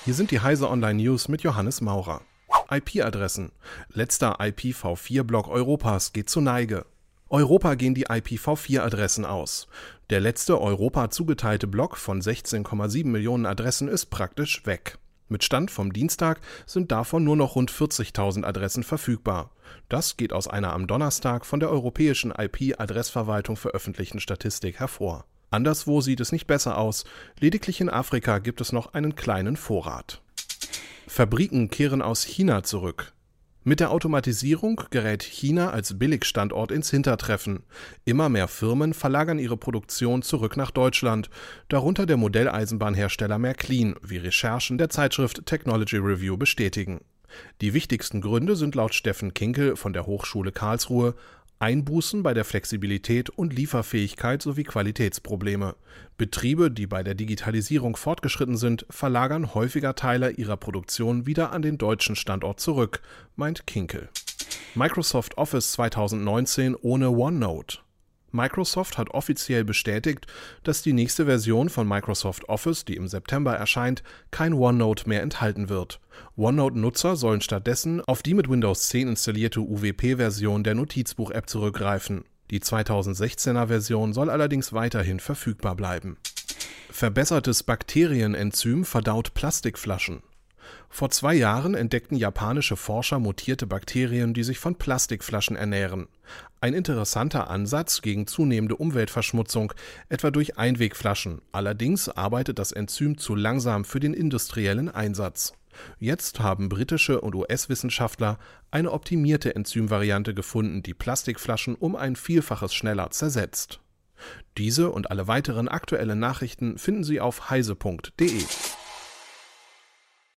Hier sind die Heise Online News mit Johannes Maurer. IP-Adressen. Letzter IPv4-Block Europas geht zur Neige. Europa gehen die IPv4-Adressen aus. Der letzte Europa zugeteilte Block von 16,7 Millionen Adressen ist praktisch weg. Mit Stand vom Dienstag sind davon nur noch rund 40.000 Adressen verfügbar. Das geht aus einer am Donnerstag von der Europäischen IP-Adressverwaltung veröffentlichten Statistik hervor. Anderswo sieht es nicht besser aus, lediglich in Afrika gibt es noch einen kleinen Vorrat. Fabriken kehren aus China zurück. Mit der Automatisierung gerät China als Billigstandort ins Hintertreffen. Immer mehr Firmen verlagern ihre Produktion zurück nach Deutschland, darunter der Modelleisenbahnhersteller Märklin, wie Recherchen der Zeitschrift Technology Review bestätigen. Die wichtigsten Gründe sind laut Steffen Kinkel von der Hochschule Karlsruhe Einbußen bei der Flexibilität und Lieferfähigkeit sowie Qualitätsprobleme. Betriebe, die bei der Digitalisierung fortgeschritten sind, verlagern häufiger Teile ihrer Produktion wieder an den deutschen Standort zurück, meint Kinkel. Microsoft Office 2019 ohne OneNote. Microsoft hat offiziell bestätigt, dass die nächste Version von Microsoft Office, die im September erscheint, kein OneNote mehr enthalten wird. OneNote-Nutzer sollen stattdessen auf die mit Windows 10 installierte UWP-Version der Notizbuch-App zurückgreifen. Die 2016er Version soll allerdings weiterhin verfügbar bleiben. Verbessertes Bakterienenzym verdaut Plastikflaschen. Vor 2 Jahren entdeckten japanische Forscher mutierte Bakterien, die sich von Plastikflaschen ernähren. Ein interessanter Ansatz gegen zunehmende Umweltverschmutzung, etwa durch Einwegflaschen. Allerdings arbeitet das Enzym zu langsam für den industriellen Einsatz. Jetzt haben britische und US-Wissenschaftler eine optimierte Enzymvariante gefunden, die Plastikflaschen um ein Vielfaches schneller zersetzt. Diese und alle weiteren aktuellen Nachrichten finden Sie auf heise.de.